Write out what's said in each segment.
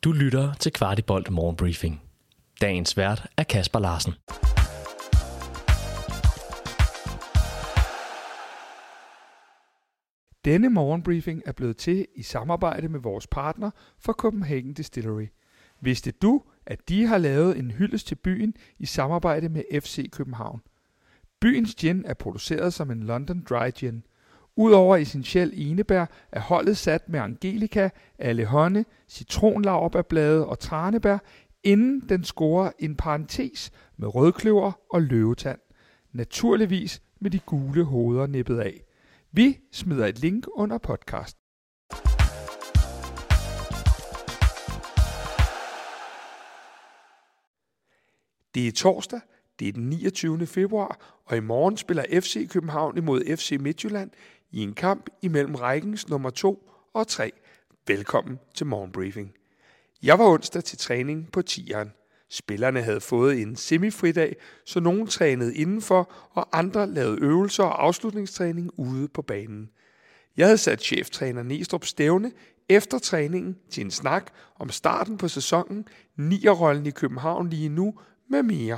Du lytter til Kvartibolt Morgenbriefing. Dagens vært er Kasper Larsen. Denne morgenbriefing er blevet til i samarbejde med vores partner fra Copenhagen Distillery. Vidste du, at de har lavet en hyldest til byen i samarbejde med FC København? Byens gin er produceret som en London Dry Gin. Udover essentiel enebær er holdet sat med Angelica, allehånde, citronlaurbærblade og tranebær, inden den scorer en parentes med rødkløver og løvetand. Naturligvis med de gule hoveder nippet af. Vi smider et link under podcast. Det er torsdag, det er den 29. februar, og i morgen spiller FC København imod FC Midtjylland i en kamp imellem rækkens nummer 2 og 3. Velkommen til morgenbriefing. Jeg var onsdag til træning på Tieren. Spillerne havde fået en semifridag, så nogen trænede indenfor, og andre lavede øvelser og afslutningstræning ude på banen. Jeg havde sat cheftræner Næstrup stævne efter træningen til en snak om starten på sæsonen, nierrollen i København lige nu med mere.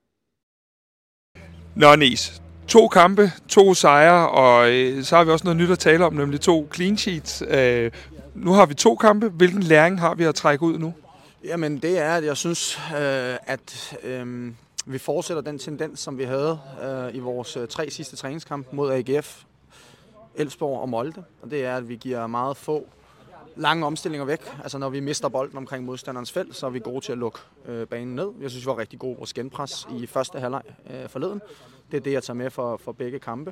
Nå Næs, 2 kampe, 2 sejre, og så har vi også noget nyt at tale om, nemlig 2 clean sheets. Nu har vi 2 kampe. Hvilken læring har vi at trække ud nu? Jamen det er, at jeg synes, at vi fortsætter den tendens, som vi havde i vores 3 sidste træningskampe mod AGF, Elfsborg og Molde. Og det er, at vi giver meget få lange omstillinger væk. Altså når vi mister bolden omkring modstanderens felt, så er vi gode til at lukke banen ned. Jeg synes, vi var rigtig gode på vores genpres i første halvleg forleden. Det er det, jeg tager med for begge kampe.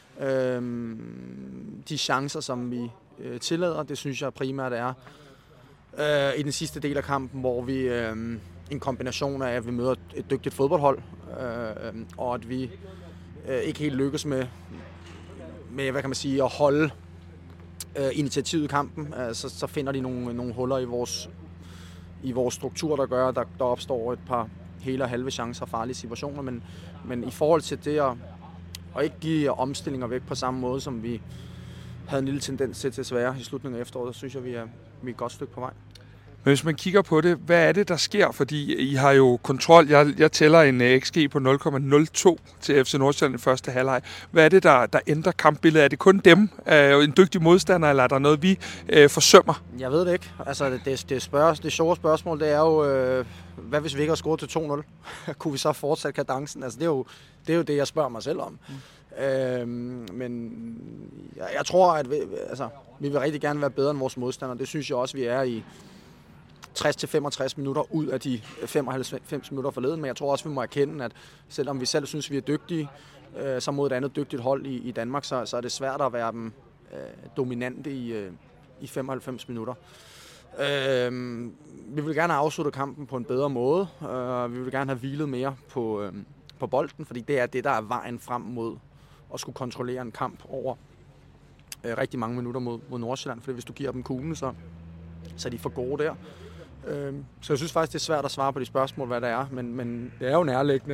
De chancer, som vi tillader, det synes jeg primært er i den sidste del af kampen, hvor vi en kombination af, at vi møder et dygtigt fodboldhold, og at vi ikke helt lykkes med hvad kan man sige, at holde initiativet i kampen. Så finder de nogle huller i vores struktur, der gør, at der opstår et par hele og halve chancer og farlige situationer. Men i forhold til det at ikke give omstillinger væk på samme måde, som vi havde en lille tendens til desværre i slutningen af efteråret, så synes jeg, vi er et godt stykke på vej. Men hvis man kigger på det, hvad er det, der sker? Fordi I har jo kontrol. Jeg tæller en XG på 0,02 til FC Nordsjælland i første halvleg. Hvad er det, der ændrer kampbilledet? Er det kun dem, en dygtig modstander, eller er der noget, vi forsømmer? Jeg ved det ikke. Altså, det sjove spørgsmål, det er jo, hvad hvis vi ikke har scoret til 2-0? Kunne vi så fortsætte kadencen? Altså, det er jo det, jeg spørger mig selv om. Men jeg tror, at vi vil rigtig gerne være bedre end vores modstandere. Det synes jeg også, vi er i 60-65 minutter ud af de 95 minutter forleden, men jeg tror også, vi må erkende, at selvom vi selv synes, vi er dygtige, så mod et andet dygtigt hold i Danmark, så er det svært at være dem dominante i 95 minutter. Vi vil gerne afslutte kampen på en bedre måde. Vi vil gerne have hvilet mere på bolden, fordi det er det, der er vejen frem mod at skulle kontrollere en kamp over rigtig mange minutter mod Nordsjælland, fordi hvis du giver dem kuglen, så er de for gode der. Så jeg synes faktisk, det er svært at svare på de spørgsmål, hvad det er, men det er jo nærliggende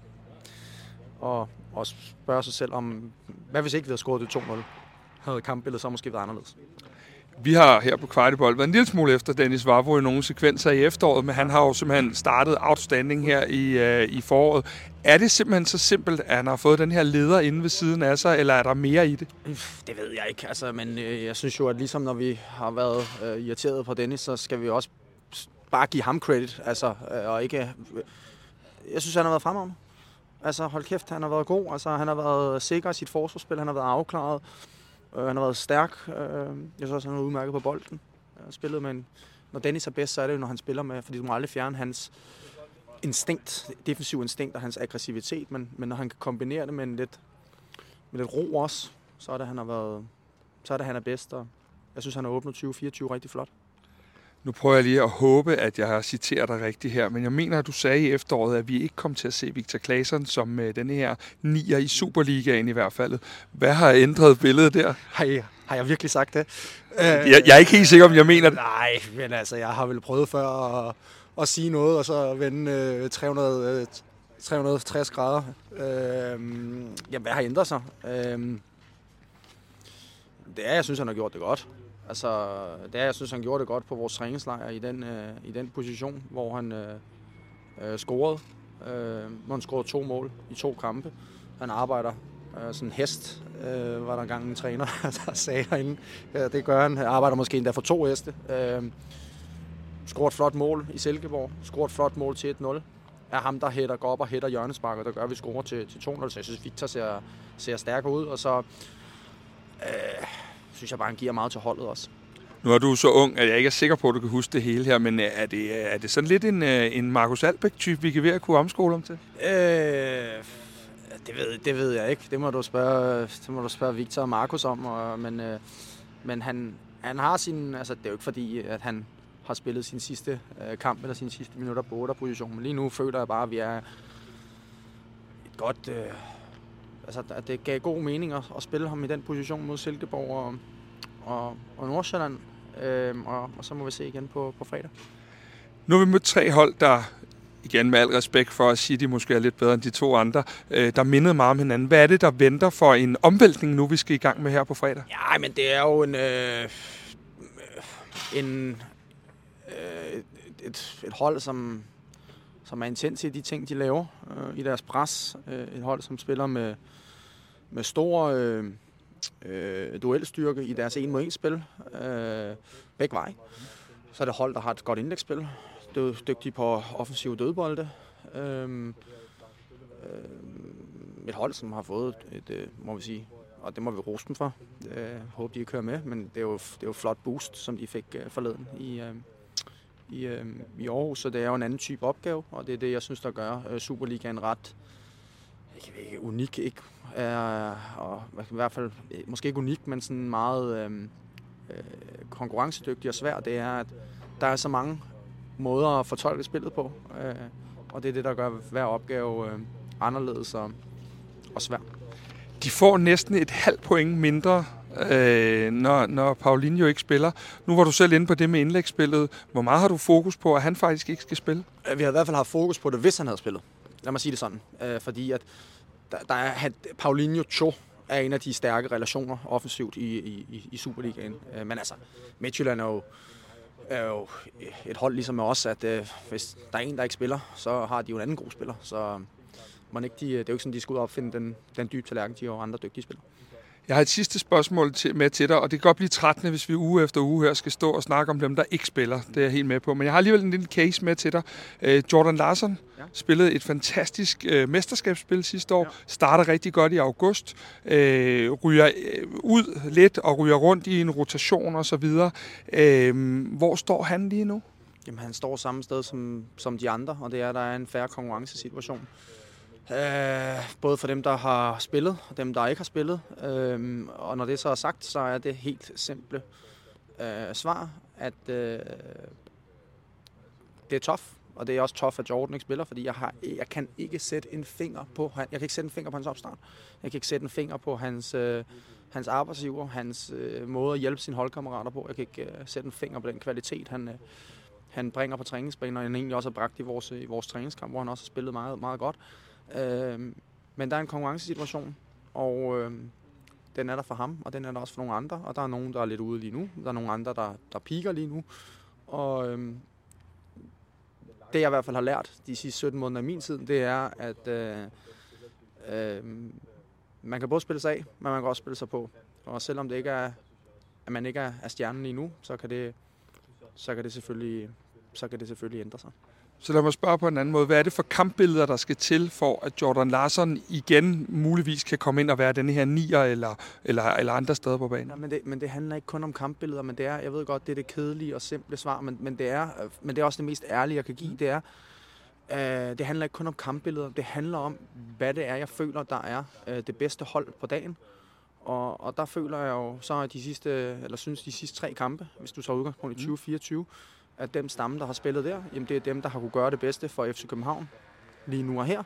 at spørge sig selv om, hvad hvis ikke vi havde scoret det 2-0? Havde kampbilledet så måske været anderledes? Vi har her på Kvartibolt været en lille smule efter Dennis Vavro i nogle sekvenser i efteråret, men han har jo simpelthen startet outstanding her i foråret. Er det simpelthen så simpelt, at han har fået den her leder inde ved siden af sig, eller er der mere i det? Det ved jeg ikke, men jeg synes jo, at ligesom når vi har været irriteret på Dennis, så skal vi også bare give ham credit, og ikke. Jeg synes, han har været fremragende. Hold kæft, han har været god. Han har været sikker i sit forsvarsspil, han har været afklaret. Han har været stærk. Jeg synes også, han har udmærket på bolden. Spillet med når Dennis er bedst, så er det jo, når han spiller med, fordi du må aldrig fjerne hans defensiv instinkt og hans aggressivitet, men når han kan kombinere det med lidt ro også, så er det, han er bedst. Og jeg synes, han har åbnet 2024 rigtig flot. Nu prøver jeg lige at håbe, at jeg citerer dig rigtigt her, men jeg mener, at du sagde i efteråret, at vi ikke kom til at se Victor Claesson som denne her nier i Superligaen i hvert fald. Hvad har ændret billedet der? Har jeg virkelig sagt det? Jeg er ikke helt sikker, om jeg mener det. Nej, men jeg har vel prøvet før at sige noget, og så vende 360 grader. Hvad har ændret sig? Det er, jeg synes, han har gjort det godt. Altså, jeg synes, han gjorde det godt på vores træningslejr i den position, hvor han scorede. Hvor han scorede 2 mål i 2 kampe. Han arbejder sådan en hest, var der engang en træner, der sagde herinde. Ja, det gør han. Han arbejder måske endda for 2 heste. Scorer et flot mål i Silkeborg. Scorer et flot mål til 1-0. Er ham, der går op og hætter hjørnesparket, der gør, at vi scorer til 2-0. Så jeg synes, Victor ser stærkere ud. Og så synes jeg bare, han giver meget til holdet også. Nu er du så ung, at jeg ikke er sikker på, at du kan huske det hele her, men er det sådan lidt en Markus Albeck-type, vi kan ved at kunne omskole om til? Det ved jeg ikke. Det må du spørge Victor og Markus om. Men han har sin... Altså, det er jo ikke fordi, at han har spillet sin sidste kamp eller sine sidste minutter på 8'er-position. Men lige nu føler jeg bare, at vi er et godt... Altså, at det gav god mening at spille ham i den position mod Silkeborg og Nordsjælland. Og så må vi se igen på fredag. Nu har vi mødt 3 hold, der, igen med al respekt for at sige, at de måske er lidt bedre end de 2 andre, der mindede meget om hinanden. Hvad er det, der venter for en omvæltning nu, vi skal i gang med her på fredag? Ja, men det er jo et hold, som er intens i de ting, de laver i deres pres. Et hold, som spiller med stor duelstyrke i deres 1-mod-1-spil. Begge veje. Så er det hold, der har et godt indlægsspil. Dygtige på offensive dødbolde. Et hold, som har fået et, må vi sige, og det må vi rose dem for. Håber, de ikke kører med, men det er jo flot boost, som de fik forleden i Aarhus, så det er jo en anden type opgave, og det er det, jeg synes, der gør Superligaen ret ikke unik, og i hvert fald måske ikke unik, men sådan meget konkurrencedygtig og svær. Det er, at der er så mange måder at fortolke spillet på, og det er det, der gør hver opgave anderledes og svær. De får næsten et halvt point mindre, når Paulinho ikke spiller. Nu var du selv inde på det med indlægsspillet. Hvor meget har du fokus på, at han faktisk ikke skal spille? Vi har i hvert fald haft fokus på det, hvis han havde spillet. Lad mig sige det sådan. Fordi at Paulinho Cho er en af de stærke relationer offensivt i Superligaen. Men altså, Midtjylland er jo et hold ligesom med os, at hvis der er en, der ikke spiller, så har de jo en anden god spiller. Så det er jo ikke sådan, de skal ud og opfinde den dybe tallerken. De er jo andre dygtige spillere. Jeg har et sidste spørgsmål med til dig, og det kan godt blive trættende, hvis vi uge efter uge her skal stå og snakke om dem, der ikke spiller. Det er jeg helt med på. Men jeg har alligevel en lille case med til dig. Jordan Larsson spillede et fantastisk mesterskabsspil sidste år. Starter rigtig godt i august. Ryger ud lidt og ryger rundt i en rotation og så videre. Hvor står han lige nu? Jamen, han står samme sted som de andre, og det er, at der er en fair konkurrencesituation. Både for dem, der har spillet, og dem, der ikke har spillet. Og når det så er sagt, så er det helt simple svar, at det er tough. Og det er også tough, at Jordan ikke spiller, fordi jeg kan ikke sætte en finger på hans opstart. Jeg kan ikke sætte en finger på hans arbejdsgiver, hans måde at hjælpe sine holdkammerater på. Jeg kan ikke sætte en finger på den kvalitet, han bringer på træningsbanen, og han egentlig også har bragt i vores træningskamp, hvor han også har spillet meget, meget godt. Men der er en konkurrencesituation, og den er der for ham, og den er der også for nogle andre. Og der er nogen, der er lidt ude lige nu. Der er nogle andre, der piker lige nu. Og det jeg i hvert fald har lært de sidste 17 måneder af min tid, det er, at man kan både spille sig af, men man kan også spille sig på. Og selvom det ikke er, at man ikke er stjernen lige nu, så kan det selvfølgelig ændre sig. Så lad mig spørge på en anden måde. Hvad er det for kampbilleder, der skal til, for at Jordan Larsson igen muligvis kan komme ind og være denne her nier eller andre steder på banen? Ja, men det handler ikke kun om kampbilleder, men det er, jeg ved godt, det er det kedelige og simple svar, men det er også det mest ærlige, jeg kan give. Det handler ikke kun om kampbilleder, det handler om, hvad det er, jeg føler, der er det bedste hold på dagen. Og der føler jeg jo så de sidste 3 kampe, hvis du tager udgangspunkt i 2024, at dem stamme, der har spillet der, jamen det er dem, der har kunne gøre det bedste for FC København lige nu og her.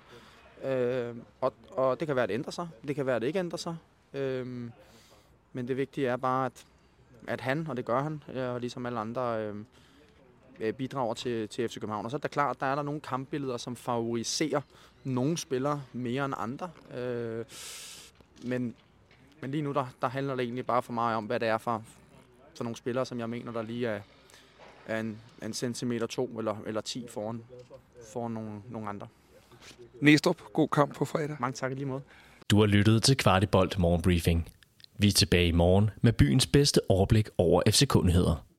Og det kan være, at det ændrer sig. Det kan være, at det ikke ændrer sig. Men det vigtige er bare, at han, og det gør han, og ligesom alle andre, bidrager til FC København. Og så er det klart, at der er nogle kampbilleder, som favoriserer nogle spillere mere end andre. Men lige nu, der handler det egentlig bare for mig om, hvad det er for Så nogle spillere, som jeg mener, der lige er en centimeter 2 eller 10 foran nogle andre. Næstrup, god kamp på fredag. Mange tak i lige måde. Du har lyttet til Kvartibolt Morgenbriefing. Vi er tilbage i morgen med byens bedste overblik over FCK-nyheder.